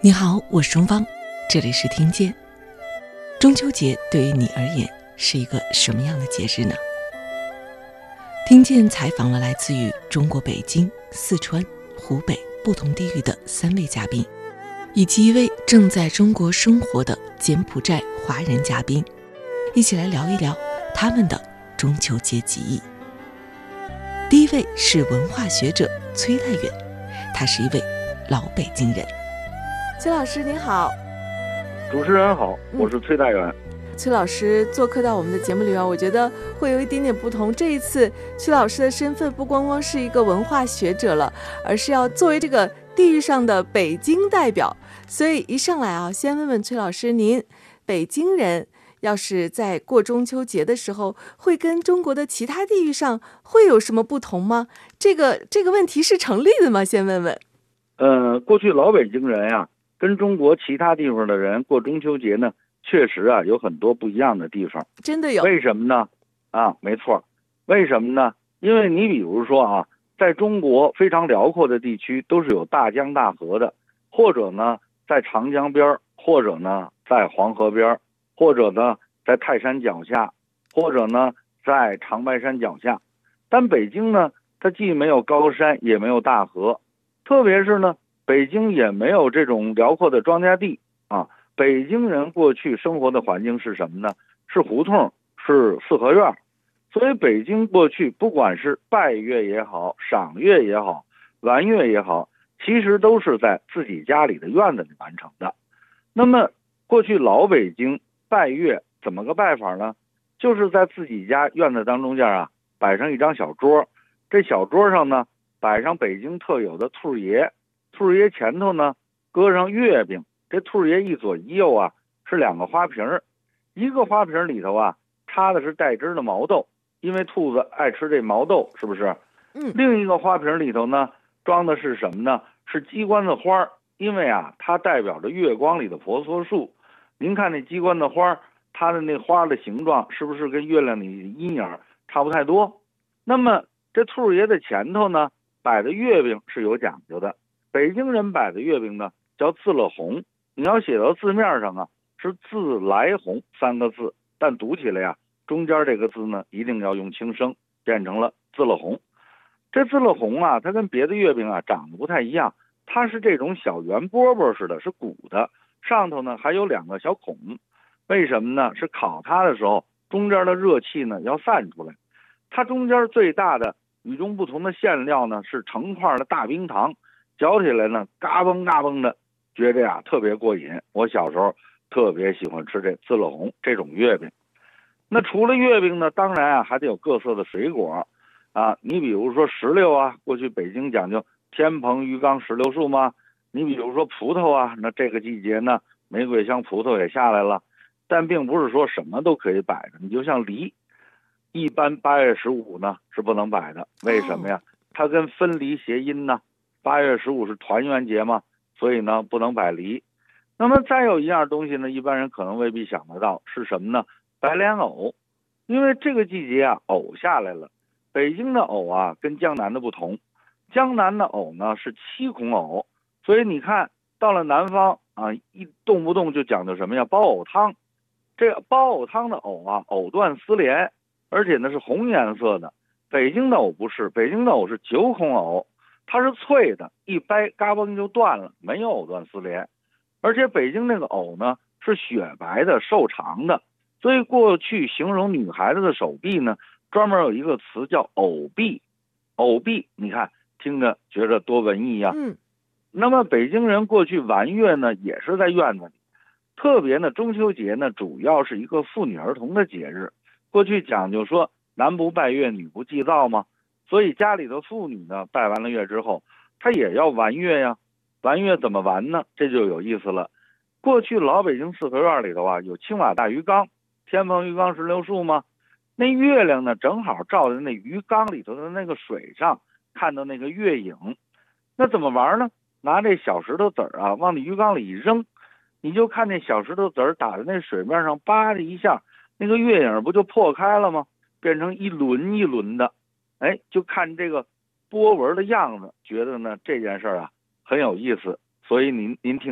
你好，我是钟芳，这里是听见。中秋节对于你而言是一个什么样的节日呢？听见采访了来自于中国北京、四川、湖北不同地域的3位嘉宾，以及1位正在中国生活的柬埔寨华人嘉宾，一起来聊一聊他们的中秋节记忆。第1位是文化学者崔代远，他是1位老北京人。 崔老师您好。 主持人好，我是崔代远。 崔老师做客到我们的节目里边，我觉得会有一点点不同。这一次崔老师的身份不光光是一个文化学者了，而是要作为这个地域上的北京代表。所以一上来啊，先问问崔老师，您北京人要是在过中秋节的时候，会跟中国的其他地域上会有什么不同吗？这个问题是成立的吗？先问问。 过去老北京人呀，跟中国其他地方的人过中秋节呢，确实啊有很多不一样的地方。 真的有？ 为什么呢？没错。为什么呢？因为你比如说啊，在中国非常辽阔的地区都是有大江大河的，或者呢在长江边，或者呢在黄河边，或者呢在泰山脚下，或者呢在长白山脚下。但北京呢，它既没有高山，也没有大河，特别是呢北京也没有这种辽阔的庄稼地啊。北京人过去生活的环境是什么呢？是胡同，是四合院。所以北京过去不管是拜月也好，赏月也好，玩月也好，其实都是在自己家里的院子里完成的。那么过去老北京拜月怎么个拜法呢？就是在自己家院子当中间啊，摆上一张小桌，这小桌上呢摆上北京特有的兔爷，兔爷前头呢搁上月饼，这兔爷一左一右啊是2个花瓶，一个花瓶里头啊插的是带汁的毛豆，因为兔子爱吃这毛豆，是不是？另一个花瓶里头呢装的是什么呢？是鸡冠子花，因为啊它代表着月光里的婆娑树。您看那鸡冠子花，它的那花的形状是不是跟月亮里的阴影差不太多？那么这兔爷的前头呢摆的月饼是有讲究的。北京人摆的月饼呢叫字乐红，你要写到字面上啊是自来红3个字，但读起来呀中间这个字呢一定要用轻声，变成了字乐红。这字乐红啊，它跟别的月饼啊长得不太一样，它是这种小圆饽饽似的，是鼓的，上头呢还有2个小孔。为什么呢？是烤它的时候中间的热气呢要散出来。它中间最大的与众不同的馅料呢是成块的大冰糖，嚼起来呢嘎嘣嘎嘣的，觉得呀特别过瘾。我小时候特别喜欢吃这字乐红这种月饼。那除了月饼呢，当然啊还得有各色的水果啊。你比如说石榴啊，过去北京讲究天棚鱼缸石榴树嘛。你比如说葡萄啊，那这个季节呢玫瑰香葡萄也下来了。但并不是说什么都可以摆的，你就像梨，一般8月15呢是不能摆的。为什么呀？它跟分离谐音呢，8月15是团圆节嘛，所以呢不能摆梨。那么再有一样东西呢，一般人可能未必想得到，是什么呢？白莲藕。因为这个季节啊藕下来了。北京的藕啊跟江南的不同，江南的藕呢是7孔藕，所以你看到了南方啊，一动不动就讲究什么呀？包藕汤。这个包藕汤的藕啊，藕断丝连，而且呢是红颜色的。北京的藕不是，北京的藕是9孔藕，它是脆的，一掰嘎嘣就断了，没有藕断丝连。而且北京那个藕呢是雪白的，瘦长的，所以过去形容女孩子的手臂呢，专门有一个词叫藕臂。藕臂，你看听着觉着多文艺呀。那么北京人过去玩月呢，也是在院子里。特别呢，中秋节呢，主要是一个妇女儿童的节日。过去讲究说，男不拜月，女不祭灶嘛，所以家里的妇女呢，拜完了月之后，她也要玩月呀。玩月怎么玩呢？这就有意思了。过去老北京四合院里头啊，有青瓦大鱼缸，天棚鱼缸石榴树嘛。那月亮呢，正好照在那鱼缸里头的那个水上，看到那个月影。那怎么玩呢？拿这小石头子儿啊，往那鱼缸里一扔。你就看那小石头子儿打在那水面上，叭的一下，那个月影不就破开了吗？变成一轮一轮的。就看这个波纹的样子，觉得呢这件事啊很有意思。所以您听听，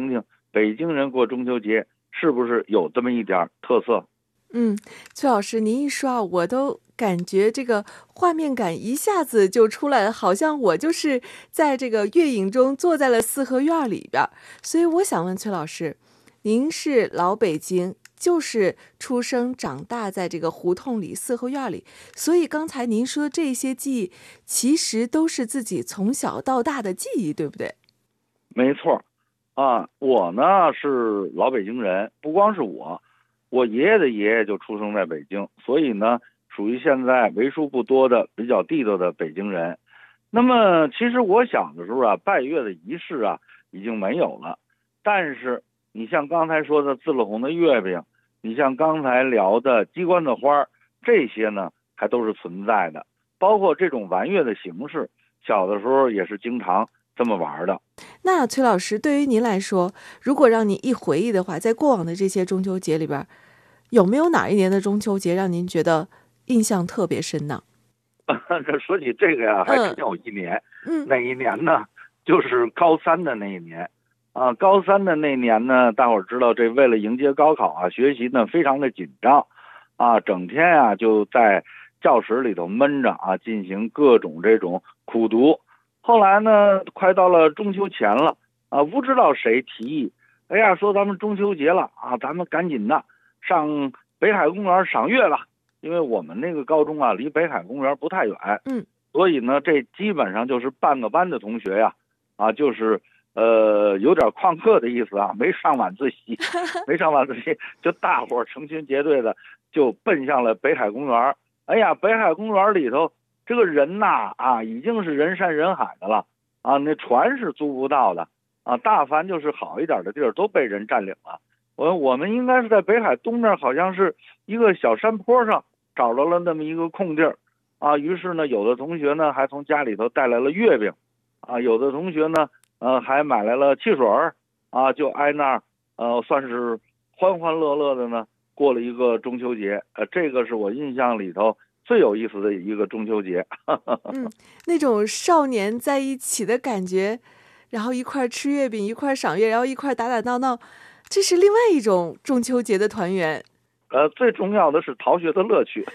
北京人过中秋节是不是有这么一点特色？ 崔老师，您一说啊，我都感觉这个画面感一下子就出来了，好像我就是在这个月影中坐在了四合院里边。所以我想问崔老师，您是老北京，就是出生长大在这个胡同里四合院里，所以刚才您说的这些记忆其实都是自己从小到大的记忆，对不对？ 没错啊，我呢是老北京人，不光是我爷爷的爷爷就出生在北京，所以呢属于现在为数不多的比较地道的北京人。那么其实我小的时候啊，拜月的仪式啊已经没有了，但是你像刚才说的字了红的月饼，你像刚才聊的鸡冠子花，这些呢还都是存在的，包括这种玩月的形式，小的时候也是经常这么玩的。 那崔老师，对于您来说，如果让你一回忆的话，在过往的这些中秋节里边，有没有哪一年的中秋节让您觉得印象特别深呢？ 这说起这个呀，还真有一年，哪一年呢？就是高三的那一年啊。高三的那年呢，大伙儿知道，这为了迎接高考啊，学习呢非常的紧张啊，整天啊就在教室里头闷着啊，进行各种这种苦读。后来呢，快到了中秋前了啊，不知道谁提议，哎呀，说咱们中秋节了啊，咱们赶紧的上北海公园赏月吧。因为我们那个高中啊，离北海公园不太远，所以呢，这基本上就是半个班的同学呀，啊，就是有点旷课的意思啊，没上晚自习，就大伙儿成群结队的就奔向了北海公园。哎呀，北海公园里头这个人呐啊，已经是人山人海的了啊，那船是租不到的啊，大凡就是好一点的地儿都被人占领了。我们应该是在北海东面，好像是一个小山坡上找到了那么一个空地儿啊。于是呢，有的同学呢还从家里头带来了月饼啊，有的同学呢还买来了汽水啊，就挨那儿算是欢欢乐乐的呢过了一个中秋节。这个是我印象里头最有意思的一个中秋节。 那种少年在一起的感觉，然后一块吃月饼，一块赏月，然后一块打打闹闹，这是另外一种中秋节的团圆。 最重要的是逃学的乐趣。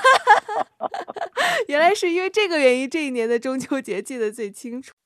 原来是因为这个原因，这一年的中秋节记得最清楚。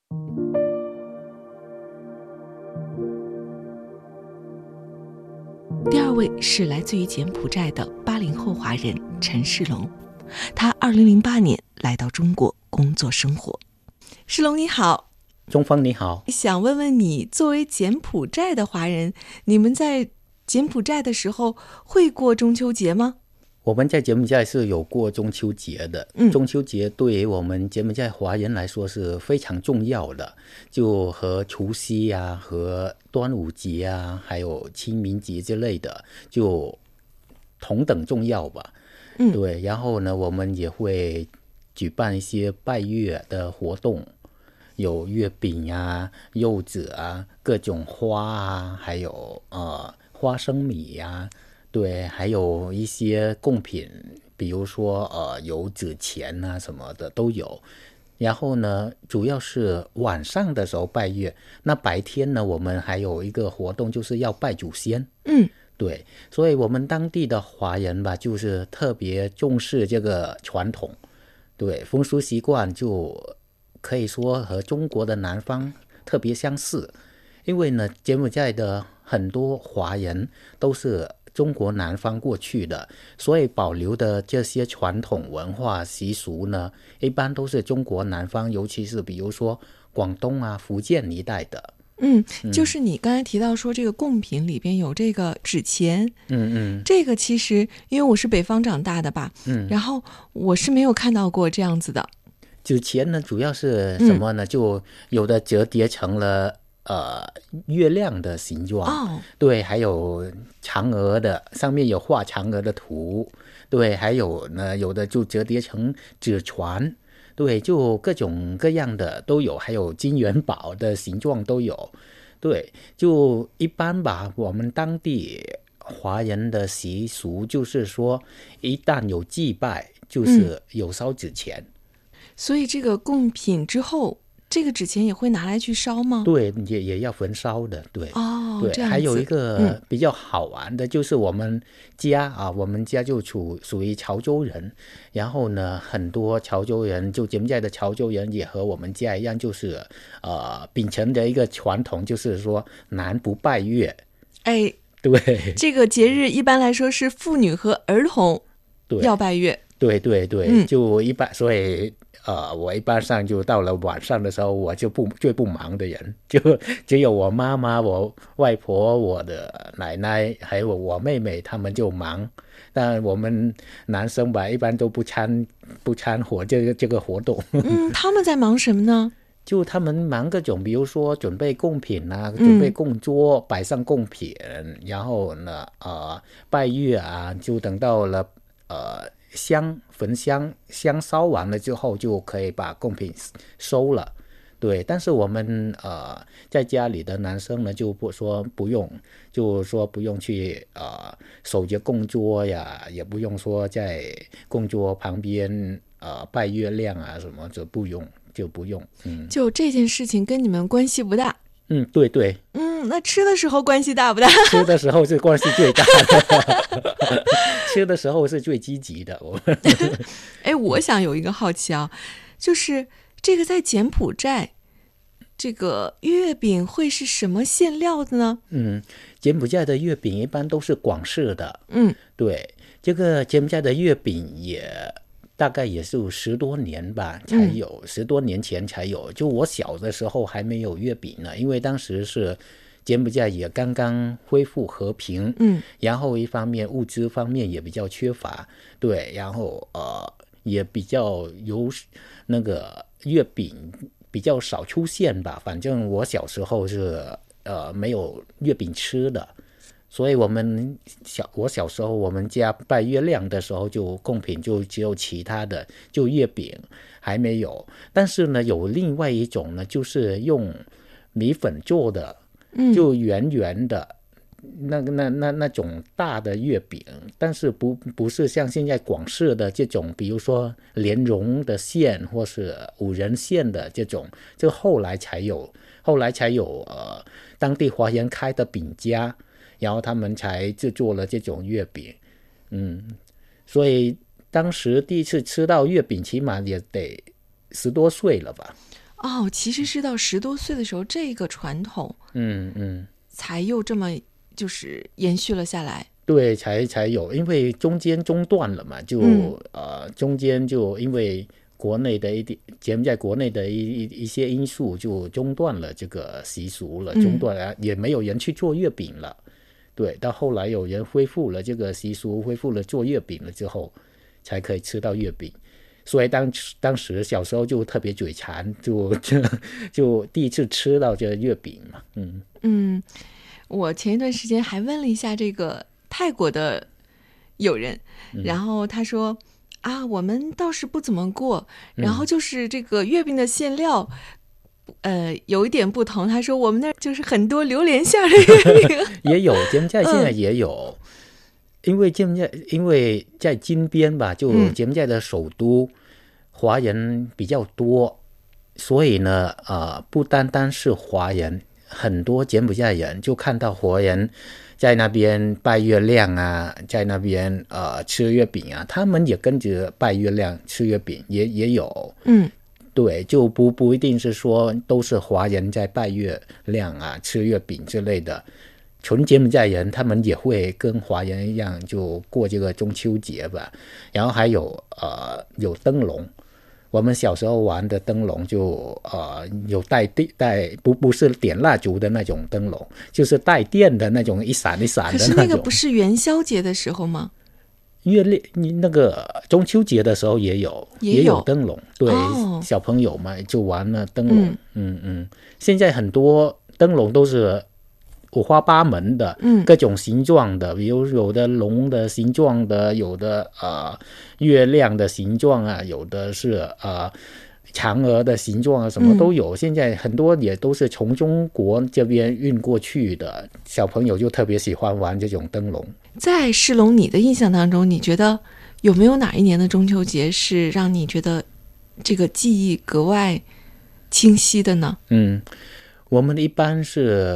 第二位是来自于柬埔寨的80后华人陈世龙，他2008年来到中国工作生活。世龙你好。 中峰你好， 想问问你，作为柬埔寨的华人，你们在柬埔寨的时候会过中秋节吗？ 我们在柬埔寨是有过中秋节的。中秋节对于我们柬埔寨华人来说是非常重要的，就和除夕啊、和端午节啊，还有清明节之类的，就同等重要吧。对。然后呢，我们也会举办一些拜月的活动。有月饼啊、柚子啊、各种花啊，还有花生米啊，对，还有一些贡品，比如说有纸钱啊什么的都有。然后呢，主要是晚上的时候拜月，那白天呢，我们还有一个活动，就是要拜祖先。对，所以我们当地的华人吧，就是特别重视这个传统，对，风俗习惯就可以说和中国的南方特别相似。因为呢，柬埔寨的很多华人都是中国南方过去的，所以保留的这些传统文化习俗呢，一般都是中国南方，尤其是比如说广东啊、福建一带的。 就是你刚才提到说这个贡品里边有这个纸钱，这个其实因为我是北方长大的吧，然后我是没有看到过这样子的。 纸钱呢，主要是什么呢？就有的折叠成了月亮的形状，对，还有嫦娥的，上面有画嫦娥的图，对，还有呢，有的就折叠成纸船，对，就各种各样的都有，还有金元宝的形状都有，对，就一般吧。我们当地华人的习俗就是说，一旦有祭拜，就是有烧纸钱。 所以这个贡品之后，这个纸钱也会拿来去烧吗？ 对，也要焚烧的，对。 对，还有一个比较好玩的，就是我们家就属于潮州人，然后呢，很多潮州人就柬埔寨的潮州人也和我们家一样，就是秉承的一个传统，就是说男不拜月。 哎， 对， 这个节日一般来说是妇女和儿童要拜月。 对，就一般，所以我一般上就到了晚上的时候，我就最不忙的人，就只有我妈妈、我外婆、我的奶奶还有我妹妹，他们就忙。但我们男生吧，一般都不掺和这个活动。 他们在忙什么呢？ 就他们忙各种，比如说准备贡品啊，准备供桌，摆上贡品，然后呢，拜月啊，就等到了焚香烧完了之后，就可以把贡品收了。对，但是我们在家里的男生呢，就不用去守着供桌呀，也不用说在供桌旁边拜月亮啊什么，就不用。就这件事情跟你们关系不大。 对。 那吃的时候关系大不大？ 吃的时候是关系最大的，吃的时候是最积极的。 我想有一个好奇啊，就是这个在柬埔寨，这个月饼会是什么馅料的呢？ 柬埔寨的月饼一般都是广式的。对，这个柬埔寨的月饼大概也是10多年吧才有，10多年前才有。就我小的时候还没有月饼呢，因为当时是柬埔寨也刚刚恢复和平，然后一方面物资方面也比较缺乏，对，然后也比较有那个月饼比较少出现吧。反正我小时候是没有月饼吃的。所以我小时候我们家拜月亮的时候，就贡品就只有其他的，就月饼还没有。但是呢，有另外一种呢，就是用米粉做的，就圆圆的那种大的月饼，但是不是像现在广式的这种，比如说莲蓉的馅或是五仁馅的这种，这后来才有当地华人开的饼家。然后他们才制作了这种月饼。所以当时第一次吃到月饼起码也得10多岁了吧。 其实是到10多岁的时候，这个传统才又这么就是延续了下来。 对，才有，因为中间中断了嘛，中间就因为柬埔寨国内的一些因素，就中断了这个习俗了，中断了，也没有人去做月饼了。对，到后来有人恢复了这个习俗，恢复了做月饼了之后，才可以吃到月饼。所以当时小时候就特别嘴馋，就第一次吃到这个月饼嘛。 我前一段时间还问了一下这个泰国的友人，然后他说我们倒是不怎么过，然后就是这个月饼的馅料有一点不同。他说我们那儿就是很多榴莲馅的月饼也有，柬埔寨现在也有。因为在金边吧，就柬埔寨的首都，华人比较多，所以呢不单单是华人，很多柬埔寨人就看到华人在那边拜月亮啊，在那边吃月饼啊，他们也跟着拜月亮吃月饼，也有。对，就不一定是说都是华人在拜月亮啊吃月饼之类的，纯柬埔寨人他们也会跟华人一样就过这个中秋节吧。然后还有灯笼，我们小时候玩的灯笼就有带不是点蜡烛的那种灯笼，就是带电的那种，一闪一闪的那种。 可是那个不是元宵节的时候吗？ 那个中秋节的时候也有灯笼，对，小朋友嘛就玩了灯笼。现在很多灯笼都是五花八门的，各种形状的，比如有的龙的形状的，有的月亮的形状啊，有的是嫦娥的形状啊，什么都有。现在很多也都是从中国这边运过去的，小朋友就特别喜欢玩这种灯笼。 在世龙你的印象当中，你觉得有没有哪一年的中秋节是让你觉得这个记忆格外清晰的呢？ 我们一般是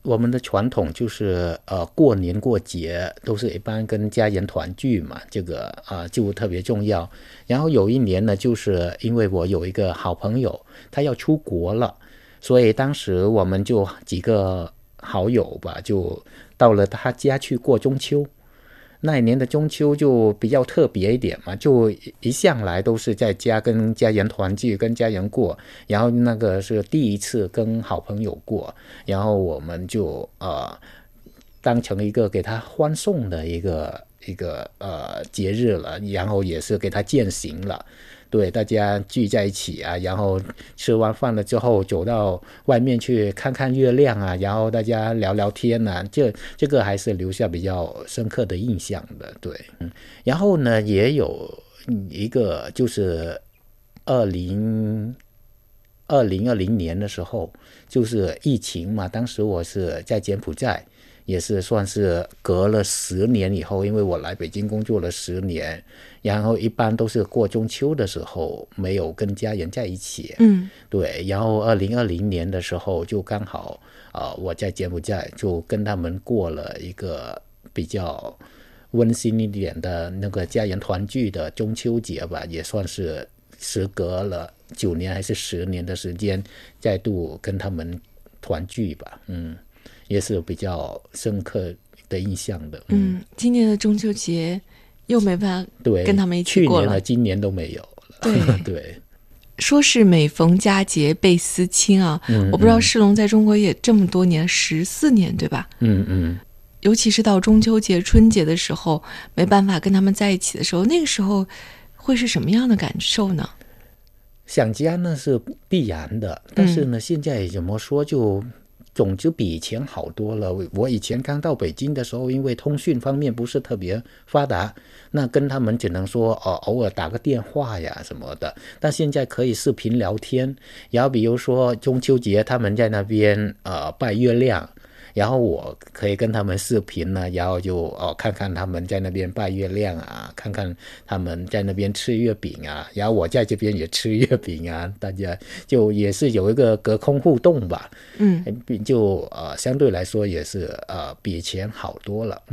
我们的传统就是过年过节都是一般跟家人团聚嘛，这个就特别重要。然后有一年呢，就是因为我有一个好朋友他要出国了，所以当时我们就几个好友吧，就到了他家去过中秋。那一年的中秋就比较特别一点嘛，就一向来都是在家跟家人团聚，跟家人过，然后那个是第一次跟好朋友过，然后我们就当成一个给他欢送的一个节日了，然后也是给他践行了。对，大家聚在一起啊，然后吃完饭了之后走到外面去看看月亮啊，然后大家聊聊天啊，这个还是留下比较深刻的印象的。对，然后呢也有一个就是2020年的时候，就是疫情嘛，当时我是在柬埔寨，也是算是隔了10年以后，因为我来北京工作了10年，然后一般都是过中秋的时候没有跟家人在一起。对，然后2020年的时候就刚好我在柬埔寨就跟他们过了一个比较温馨一点的那个家人团聚的中秋节吧，也算是时隔了9年还是10年的时间再度跟他们团聚吧。也是比较深刻的印象的。 今年的中秋节又没办法跟他们一起过了， 去年和今年都没有了。 对对， 说是每逢佳节倍思亲啊，我不知道世龙在中国也这么多年，14年对吧？尤其是到中秋节、春节的时候，没办法跟他们在一起的时候，那个时候会是什么样的感受呢？ 想家呢是必然的，但是呢，现在怎么说就总之比以前好多了。我以前刚到北京的时候，因为通讯方面不是特别发达，那跟他们只能说偶尔打个电话呀什么的，但现在可以视频聊天。然后比如说中秋节他们在那边拜月亮，然后我可以跟他们视频呢，然后就看看他们在那边拜月亮啊，看看他们在那边吃月饼啊，然后我在这边也吃月饼啊，大家就也是有一个隔空互动吧。就相对来说也是比以前好多了。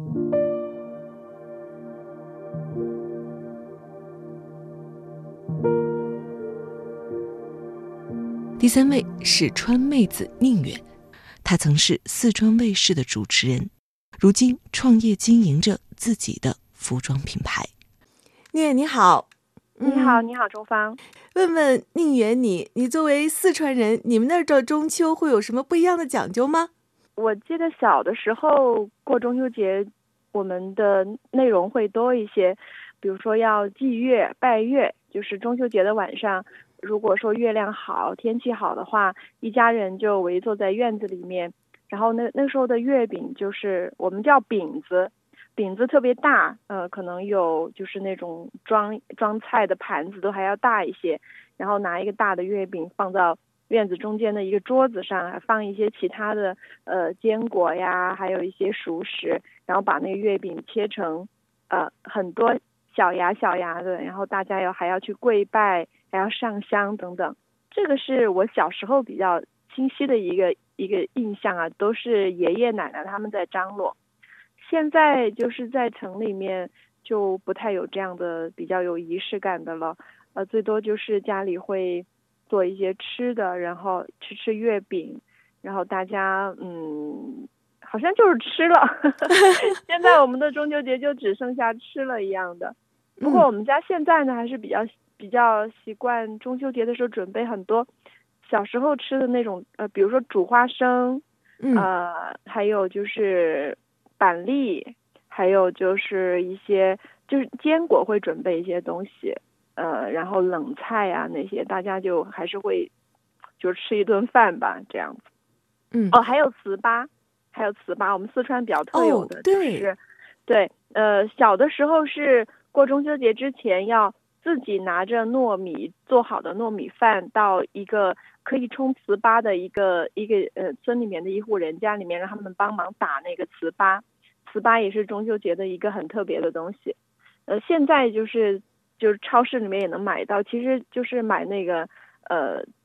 第3位是川妹子宁远，她曾是四川卫视的主持人，如今创业经营着自己的服装品牌。 宁远你好。 你好周芳。 问问宁远，你作为四川人，你们那儿的中秋会有什么不一样的讲究吗？ 我记得小的时候过中秋节，我们的内容会多一些，比如说要祭月拜月，就是中秋节的晚上，如果说月亮好天气好的话，一家人就围坐在院子里面，然后那时候的月饼就是我们叫饼子特别大，可能有就是那种装菜的盘子都还要大一些，然后拿一个大的月饼放到院子中间的一个桌子上，还放一些其他的坚果呀，还有一些熟食，然后把那个月饼切成很多小芽的，然后大家还要去跪拜，还要上香等等。这个是我小时候比较清晰的一个印象啊，都是爷爷奶奶他们在张罗。现在就是在城里面就不太有这样的比较有仪式感的了，最多就是家里会做一些吃的，然后吃月饼，然后大家好像就是吃了现在我们的中秋节就只剩下吃了一样的。不过我们家现在呢还是比较习惯中秋节的时候准备很多小时候吃的那种比如说煮花生，还有就是板栗，还有就是一些就是坚果会准备一些东西，然后冷菜啊那些，大家就还是会就吃一顿饭吧这样子。还有糍粑，我们四川比较特有的就是对，小的时候是过中秋节之前要自己拿着糯米做好的糯米饭到一个可以冲糍粑的一个村里面的一户人家里面，让他们帮忙打那个糍粑也是中秋节的一个很特别的东西。现在就是超市里面也能买到，其实就是买那个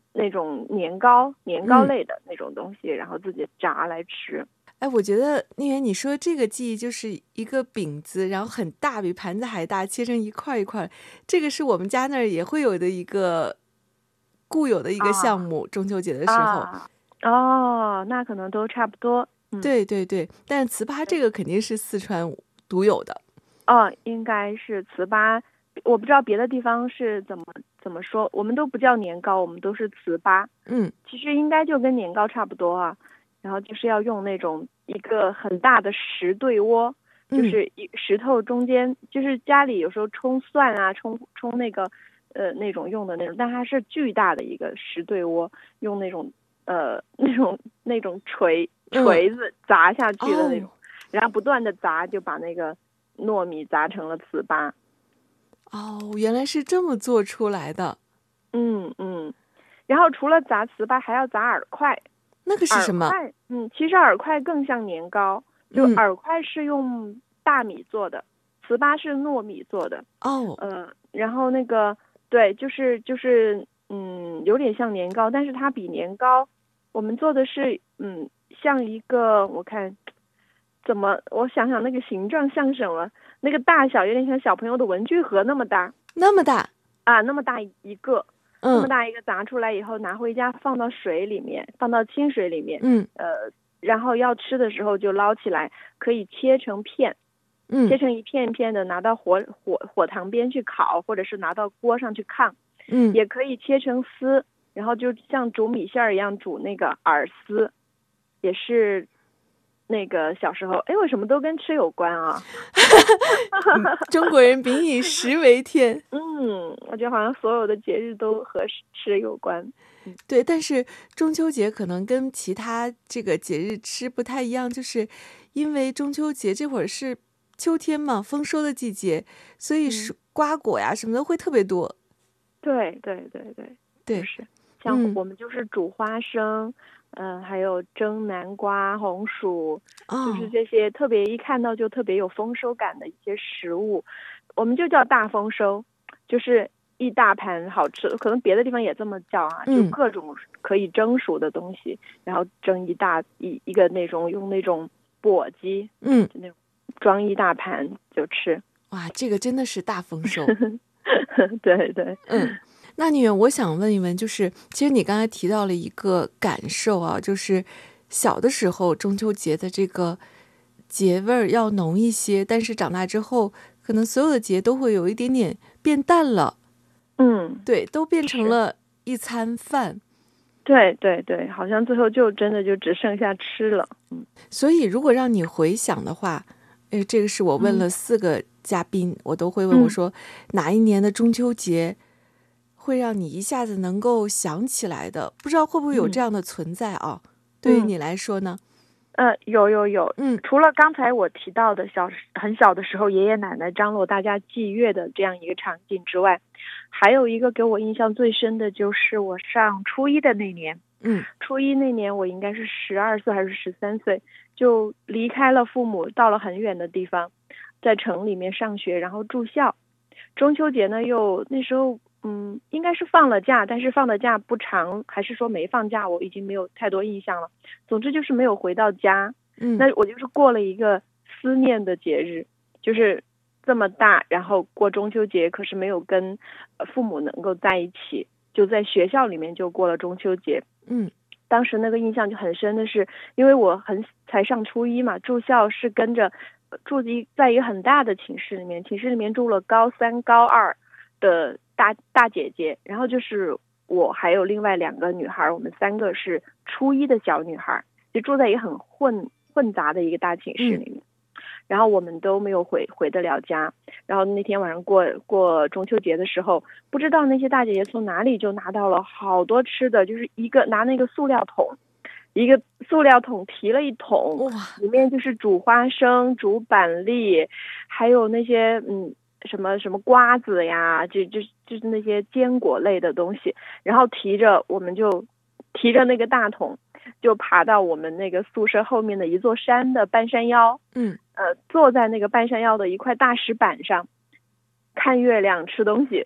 那种年糕类的那种东西，然后自己炸来吃。 哎，我觉得宁远你说这个记忆就是一个饼子，然后很大，比盘子还大，切成一块一块，这个是我们家那儿也会有的一个固有的一个项目，中秋节的时候。 哦，那可能都差不多。 对对对，但糍粑这个肯定是四川独有的。 应该是糍粑，我不知道别的地方是怎么说，我们都不叫年糕，我们都是糍粑。其实应该就跟年糕差不多啊。然后就是要用那种一个很大的石对窝，就是石头中间，就是家里有时候冲蒜啊，冲那个那种用的那种，但它是巨大的一个石对窝，用那种那种锤子砸下去的那种，然后不断的砸，就把那个糯米砸成了糍粑。 原来是这么做出来的。 然后除了砸糍粑，还要砸饵块。 那个是什么？ 其实饵块更像年糕，就饵块是用大米做的，糍粑是糯米做的。然后那个对，就是有点像年糕，但是它比年糕，我们做的是像一个，我看我想想那个形状像什么，那个大小有点像小朋友的文具盒那么大。 那么大啊，那么大一个。那么大一个砸出来以后拿回家放到水里面，放到清水里面，然后要吃的时候就捞起来，可以切成片，切成一片一片的拿到火塘边去烤，或者是拿到锅上去炕，也可以切成丝，然后就像煮米线一样煮那个饵丝，也是那个小时候，为什么都跟吃有关啊？ 中国人民以食为天。 我觉得好像所有的节日都和吃有关。 对，但是中秋节可能跟其他这个节日吃不太一样，就是因为中秋节这会儿是秋天嘛，丰收的季节，所以瓜果呀什么的会特别多。 对，就是像我们就是煮花生，还有蒸南瓜、红薯，就是这些特别一看到就特别有丰收感的一些食物，我们就叫大丰收，就是一大盘好吃，可能别的地方也这么叫啊，就各种可以蒸熟的东西，然后蒸一个那种用那种簸箕，就那种装一大盘就吃。 哇，这个真的是大丰收。 对。 那宁远，我想问一问，就是其实你刚才提到了一个感受啊，就是小的时候中秋节的这个节味儿要浓一些，但是长大之后，可能所有的节都会有一点点变淡了。对，都变成了一餐饭。 对，好像最后就真的就只剩下吃了。 所以如果让你回想的话，这个是我问了4个嘉宾，我都会问我说，哪一年的中秋节会让你一下子能够想起来的？不知道会不会有这样的存在啊？对于你来说呢？ 有。除了刚才我提到的很小的时候爷爷奶奶张罗大家祭月的这样一个场景之外，还有一个给我印象最深的就是我上初一的那年。初一那年我应该是12岁还是13岁，就离开了父母，到了很远的地方，在城里面上学，然后住校。中秋节呢又那时候应该是放了假，但是放的假不长，还是说没放假，我已经没有太多印象了。总之就是没有回到家。那我就是过了一个思念的节日，就是这么大，然后过中秋节，可是没有跟父母能够在一起，就在学校里面就过了中秋节。当时那个印象就很深的是，因为我才上初一嘛，住校是跟着在一个很大的寝室里面住了高3、高2的大姐姐，然后就是我还有另外2个女孩，我们3个是初一的小女孩，就住在一个很混杂的一个大寝室里面。然后我们都没有回得了家。然后那天晚上过中秋节的时候，不知道那些大姐姐从哪里就拿到了好多吃的，就是拿那个塑料桶，一个塑料桶提了一桶，里面就是煮花生、煮板栗，还有那些什么瓜子呀，就是那些坚果类的东西。然后我们就提着那个大桶，就爬到我们那个宿舍后面的一座山的半山腰，坐在那个半山腰的一块大石板上，看月亮吃东西。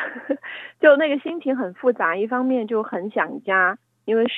就那个心情很复杂，一方面就很想家，因为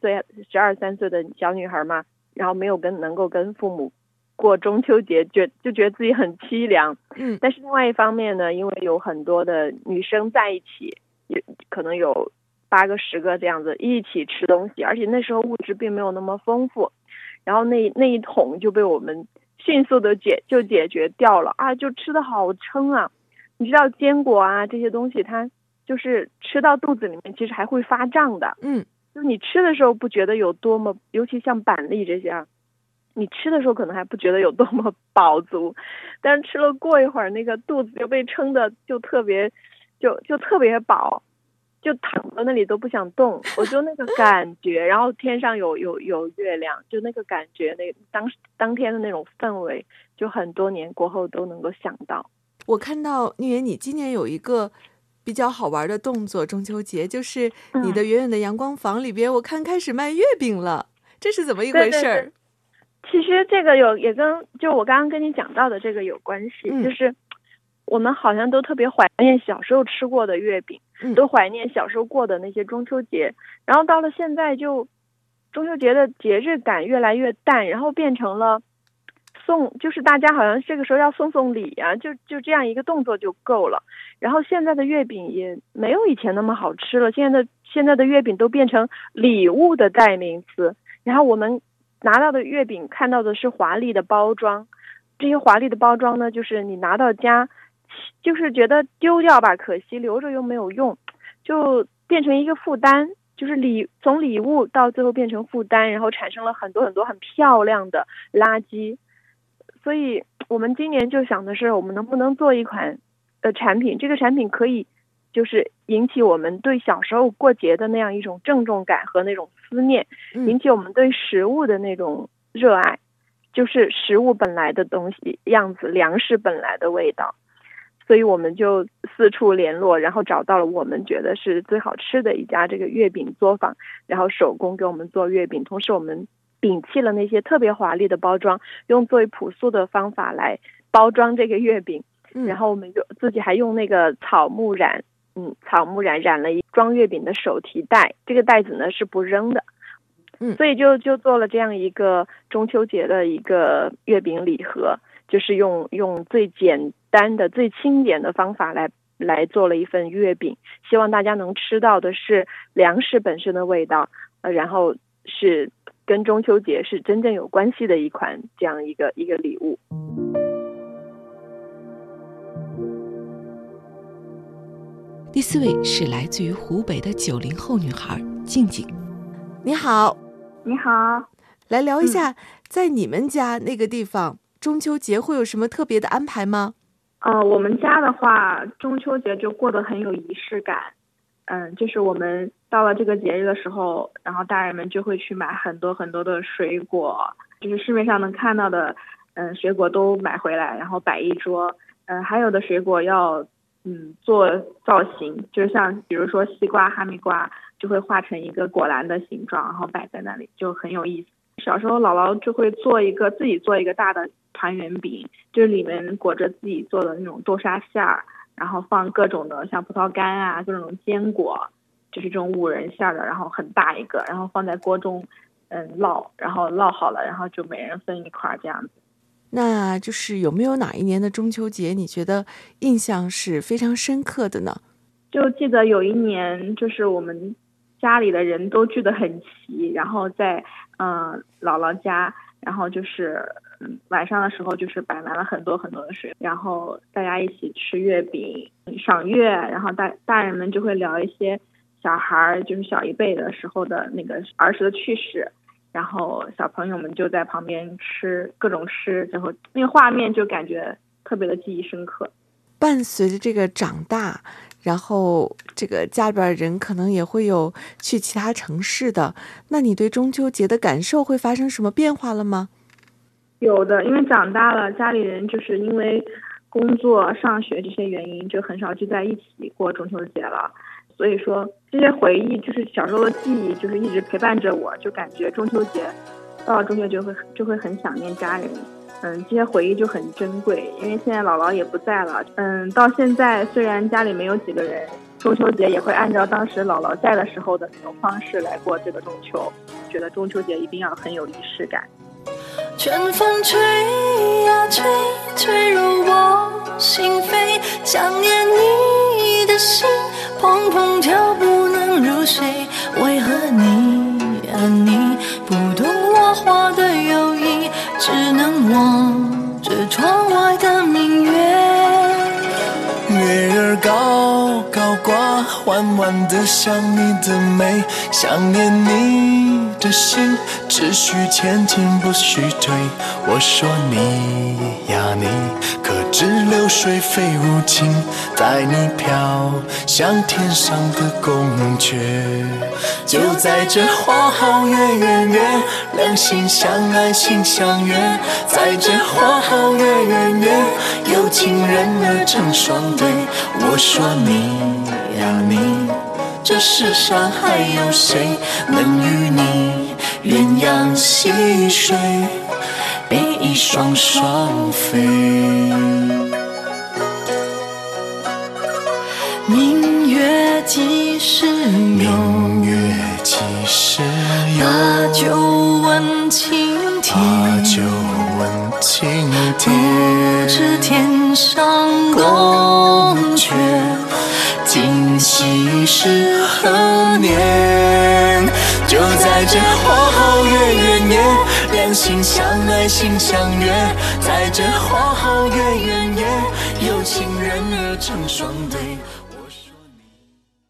12、13岁的小女孩嘛，然后没有能够跟父母过中秋节，就觉得自己很凄凉。但是另外一方面呢，因为有很多的女生在一起，可能有8个10个这样子一起吃东西，而且那时候物质并没有那么丰富，然后那一桶就被我们迅速的解决掉了啊，就吃得好撑啊。你知道坚果啊这些东西，它就是吃到肚子里面其实还会发胀的。就是你吃的时候不觉得有多么，尤其像板栗这些啊，你吃的时候可能还不觉得有多么饱足，但是吃了过一会儿，那个肚子就被撑的就特别饱，就躺在那里都不想动。我就那个感觉，然后天上有月亮，就那个感觉，那当天的那种氛围，就很多年过后都能够想到。 我看到宁远，你今年有一个比较好玩的动作，中秋节就是你的远远的阳光房里边，我看开始卖月饼了，这是怎么一回事？ 对，其实这个也跟就我刚刚跟你讲到的这个有关系，就是我们好像都特别怀念小时候吃过的月饼，都怀念小时候过的那些中秋节，然后到了现在就中秋节的节日感越来越淡，然后变成了就是大家好像这个时候要送礼啊，就这样一个动作就够了。然后现在的月饼也没有以前那么好吃了，现在的月饼都变成礼物的代名词，然后我们拿到的月饼看到的是华丽的包装，这些华丽的包装呢，就是你拿到家就是觉得丢掉吧可惜，留着又没有用，就变成一个负担，就是从礼物到最后变成负担，然后产生了很多很多很漂亮的垃圾。所以我们今年就想的是，我们能不能做一款产品，这个产品可以就是引起我们对小时候过节的那样一种郑重感和那种思念，引起我们对食物的那种热爱，就是食物本来的东西样子，粮食本来的味道。所以我们就四处联络，然后找到了我们觉得是最好吃的一家这个月饼作坊，然后手工给我们做月饼，同时我们摒弃了那些特别华丽的包装，用最朴素的方法来包装这个月饼。然后我们就自己还用那个草木染染了一装月饼的手提袋，这个袋子呢是不扔的。所以就做了这样一个中秋节的一个月饼礼盒，就是用最简单的最轻简的方法来做了一份月饼，希望大家能吃到的是粮食本身的味道，然后是跟中秋节是真正有关系的一款这样一个礼物。 第4位是来自于湖北的90后女孩静静。 你好。 你好， 来聊一下，在你们家那个地方，中秋节会有什么特别的安排吗？ 我们家的话，中秋节就过得很有仪式感。就是我们到了这个节日的时候，然后大人们就会去买很多很多的水果，就是市面上能看到的，水果都买回来，然后摆一桌。还有的水果要做造型，就是像比如说西瓜、哈密瓜，就会画成一个果篮的形状，然后摆在那里，就很有意思。小时候姥姥就会自己做一个大的团圆饼，就是里面裹着自己做的那种豆沙馅儿，然后放各种的像葡萄干啊，各种坚果，就是这种5仁馅的，然后很大一个，然后放在锅中烙，然后烙好了，然后就每人分一块这样子。 那就是有没有哪一年的中秋节你觉得印象是非常深刻的呢？ 就记得有一年，就是我们家里的人都聚得很齐，然后在姥姥家，然后就是晚上的时候就是摆满了很多很多的水，然后大家一起吃月饼赏月，然后大人们就会聊一些小孩就是小一辈的时候的那个儿时的趣事，然后小朋友们就在旁边各种吃，然后那个画面就感觉特别的记忆深刻。 伴随着这个长大，然后这个家里边人可能也会有去其他城市的，那你对中秋节的感受会发生什么变化了吗？ 有的，因为长大了，家里人就是因为工作、上学这些原因，就很少聚在一起过中秋节了。所以说这些回忆就是小时候的记忆，就是一直陪伴着我，就感觉中秋节到了中秋节就会很想念家人。 这些回忆就很珍贵。因为现在姥姥也不在了，到现在虽然家里没有几个人，中秋节也会按照当时姥姥在的时候的那种方式来过这个中秋。觉得中秋节一定要很有仪式感。 春风吹呀吹，吹入我心扉，想念你的心砰砰跳不能入睡。为何你呀你不懂我话的友谊，只能望着窗外的明月。 月儿高高挂，缓缓地想你的美，想念你的心，只许前进不许退。我说你呀你，可知流水非无情，带你飘向天上的宫阙。就在这花好月圆月，两心相爱心相悦，在这花好月圆月，有情人儿成双对。我说你呀你，这世上还有谁能与你鸳鸯戏水，比翼双双飞。 明月几时有？ 明月几时有？ 把酒问青天， 把酒问青天。 不知天上宫阙，今夕是何年？ 就在这花好月圆夜，两心相爱心相悦，在这花好月圆夜，有情人儿成双对。